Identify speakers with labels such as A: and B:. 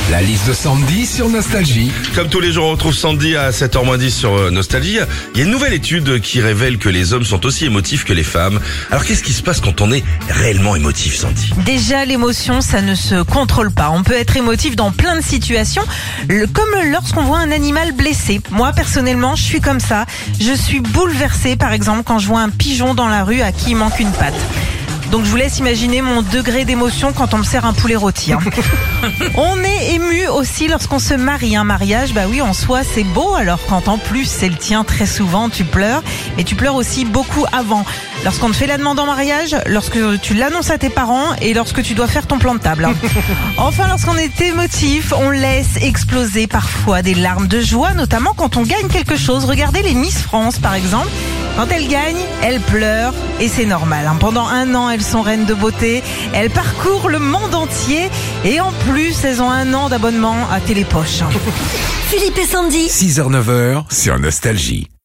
A: La liste de Sandy sur Nostalgie.
B: Comme tous les jours, on retrouve Sandy à 7h10 sur Nostalgie. Il y a une nouvelle étude qui révèle que les hommes sont aussi émotifs que les femmes. Alors qu'est-ce qui se passe quand on est réellement émotif, Sandy?
C: Déjà, l'émotion, ça ne se contrôle pas. On peut être émotif dans plein de situations, comme lorsqu'on voit un animal blessé. Moi, personnellement, je suis comme ça. Je suis bouleversée, par exemple, quand je vois un pigeon dans la rue à qui il manque une patte. Donc je vous laisse imaginer mon degré d'émotion quand on me sert un poulet rôti. On est ému aussi lorsqu'on se marie. Un mariage, bah oui, en soi c'est beau, alors quand en plus c'est le tien, très souvent tu pleures. Mais tu pleures aussi beaucoup avant. Lorsqu'on te fait la demande en mariage, lorsque tu l'annonces à tes parents et lorsque tu dois faire ton plan de table. Enfin, lorsqu'on est émotif, on laisse exploser parfois des larmes de joie, notamment quand on gagne quelque chose. Regardez les Miss France par exemple. Quand elles gagnent, elles pleurent et c'est normal. Pendant 1 an, elles sont reines de beauté. Elles parcourent le monde entier et en plus, elles ont 1 an d'abonnement à Télépoche.
D: Philippe et Sandy.
A: 6h-9h sur Nostalgie.